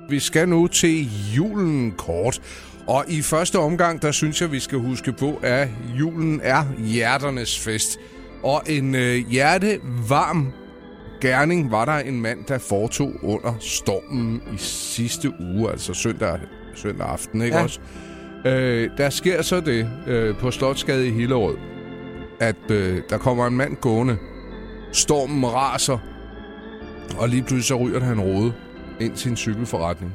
Vi skal nu til julen kort. Og i første omgang, der synes jeg, vi skal huske på, at julen er hjerternes fest. Og en hjertevarm gerning var der en mand, der foretog under stormen i sidste uge, altså søndag aften, ikke også? Der sker så det på Slotsgade i Hillerød, at der kommer en mand gående. Stormen raser, og lige pludselig så ryger han rode ind til en cykelforretning.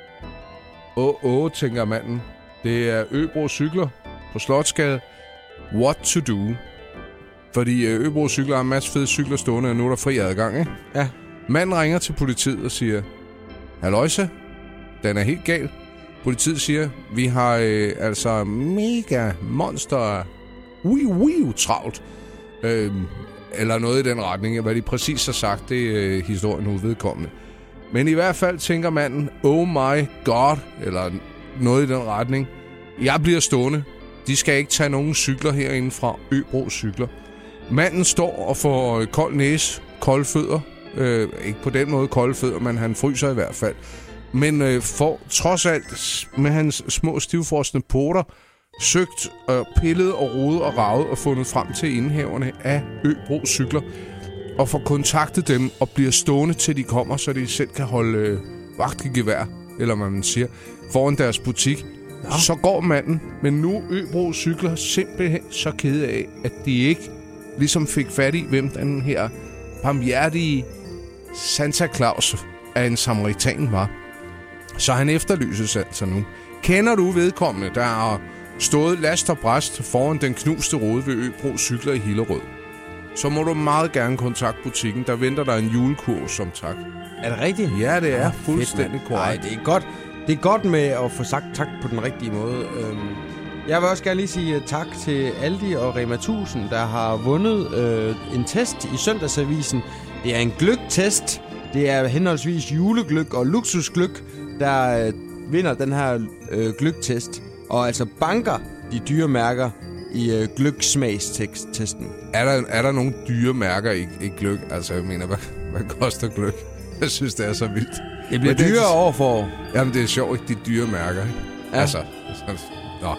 Tænker manden. Det er Øbro Cykler på Slotsgade. What to do? Fordi Øbro Cykler har en masse fede cykler stående, og nu er der fri adgang, ikke? Ja. Manden ringer til politiet og siger, halløjse, den er helt gal. Politiet siger, vi har altså mega monster travlt. Eller noget i den retning. Hvad de præcis har sagt, det er historien uvedkommende. Men i hvert fald tænker manden, oh my god, eller noget i den retning. Jeg bliver stående. De skal ikke tage nogen cykler herinde fra Øbro Cykler. Manden står og får kold næse, kolde fødder. Ikke på den måde kolde fødder, men han fryser i hvert fald. Men får trods alt med hans små stivfrosne poter søgt, pillet og rodet og raget og fundet frem til indehaverne af Øbro Cykler. Og får kontaktet dem og bliver stående til de kommer, så de selv kan holde vagt i gevær, eller hvad man siger, foran deres butik. Ja. Så går manden, men nu Øbro Cykler simpelthen så kede af, at de ikke ligesom fik fat i, hvem den her barmhjertige Santa Claus af en samaritan var. Så han efterlyses altså nu. Kender du vedkommende, der har stået last og bræst foran den knuste rode ved Øbro Cykler i Hillerød, så må du meget gerne kontakte butikken. Der venter der en julekurv som tak. Er det rigtigt? Ja, det er fuldstændig korrekt. Nej, det er godt. Det er godt med at få sagt tak på den rigtige måde. Jeg vil også gerne lige sige tak til Aldi og Rema 1000, der har vundet en test i Søndagsavisen. Det er en gløgg-test. Det er henholdsvis julegløgg og luksusgløgg, der vinder den her gløgg-test. Og altså banker de dyre mærker i gløggsmagstesten. Er der nogle dyre mærker i gløgg? Altså, jeg mener, hvad koster gløgg? Jeg synes, det er så vildt. Det bliver dyrere år for år. Jamen, det er sjovt, ikke? De dyre mærker, ikke? Ja. Altså, nå.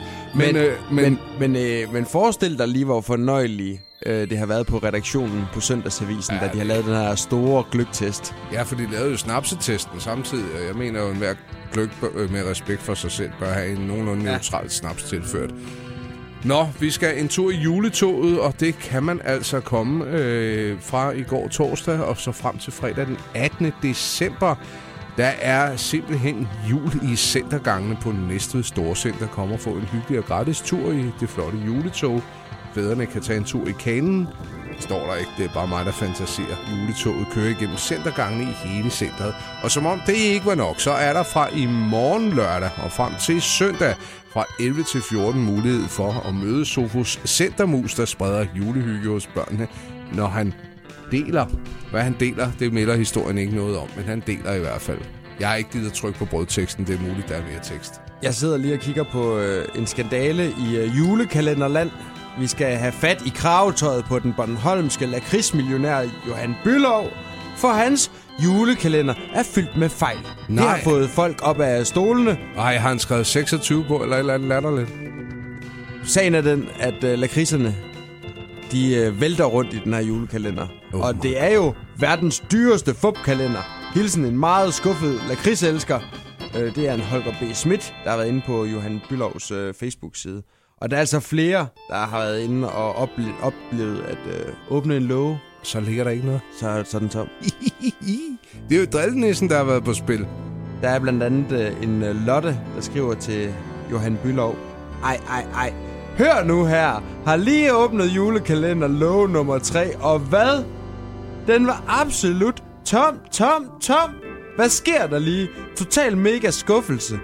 Men forestil dig lige, hvor fornøjelige det har været på redaktionen på Søndagsavisen, da de har lavet den her store gløgtest. Ja, for de lavede jo snapsetesten samtidig. Jeg mener jo, at enhver gløgg med respekt for sig selv bør have en nogenlunde neutral snaps tilført. Nå, vi skal en tur i juletoget, og det kan man altså komme fra i går torsdag og så frem til fredag den 18. december. Der er simpelthen jul i centergangene på Næstved Storcenter. Kommer og få en hyggelig og gratis tur i det flotte juletog. Fædrene kan tage en tur i kanen. Står der ikke, det er bare mig, der fantaserer. Juletoget kører igennem centergangene i hele centret. Og som om det ikke var nok, så er der fra i morgen lørdag og frem til søndag fra 11 til 14 mulighed for at møde Sofus Centermus, der spreder julehygge hos børnene, når han deler. Hvad han deler, det melder historien ikke noget om, men han deler i hvert fald. Jeg har ikke givet at trykke på brødteksten, det er muligt, der er mere tekst. Jeg sidder lige og kigger på en skandale i julekalenderland. Vi skal have fat i kravetøjet på den bornholmske lakridsmillionær Johan Bülow, for hans julekalender er fyldt med fejl. Nej. Det har fået folk op af stolene. Ej, har han skrevet 26 på, eller et eller andet latterligt? Sagen er den, at lakridserne, de vælter rundt i den her julekalender. Og det er jo verdens dyreste fupkalender. Hilsen en meget skuffet lakridselsker. Det er en Holger B. Schmidt, der har været inde på Johan Bülows Facebook-side. Og der er altså flere, der har været inde og oplevet at åbne en låge. Så ligger der ikke noget. Så er den tom. Det er jo drillenissen, der har været på spil. Der er blandt andet en Lotte, der skriver til Johan Bülow. Ej. Hør nu her. Har lige åbnet julekalender låge nummer 3. Og hvad? Den var absolut tom. Hvad sker der lige? Total mega skuffelse.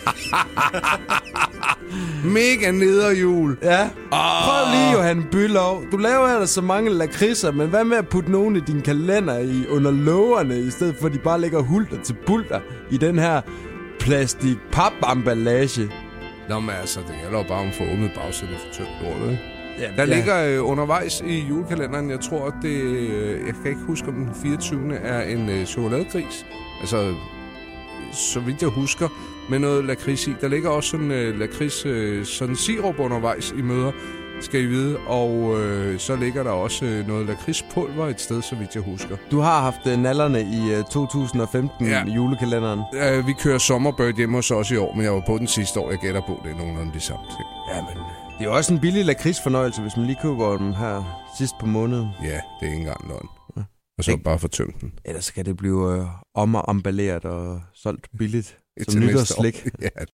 Mega nederjul. Ja. Prøv lige, Johan Bülow. Du laver ellers så mange lakridser, men hvad med at putte nogen i din kalender under lågerne, i stedet for at de bare lægger hulter til pulter i den her plastik-pap-emballage? Nå, men altså, det gælder jo bare om for åbnet bagsætte for tyndt lort, ikke? Der ligger undervejs i julekalenderen, jeg tror, at det... jeg kan ikke huske, om den 24. er en chokoladegris. Altså, så vidt jeg husker, med noget lakrids i. Der ligger også sådan lakrids, sådan sirup undervejs i møder, skal I vide. Og så ligger der også noget lakridspulver et sted, så vidt jeg husker. Du har haft nallerne i 2015 julekalenderen. Vi kører Sommerbird hjemme hos os i år, men jeg var på den sidste år. Jeg gætter på, det er nogenlunde de samme ting. Jamen, det er jo også en billig lakridsfornøjelse, hvis man lige køber dem her sidst på måneden. Ja, det er ikke engang løgn. Ja. Og så bare få tømt den. Ellers kan det blive emballeret og solgt billigt som nytårsslik. Ja,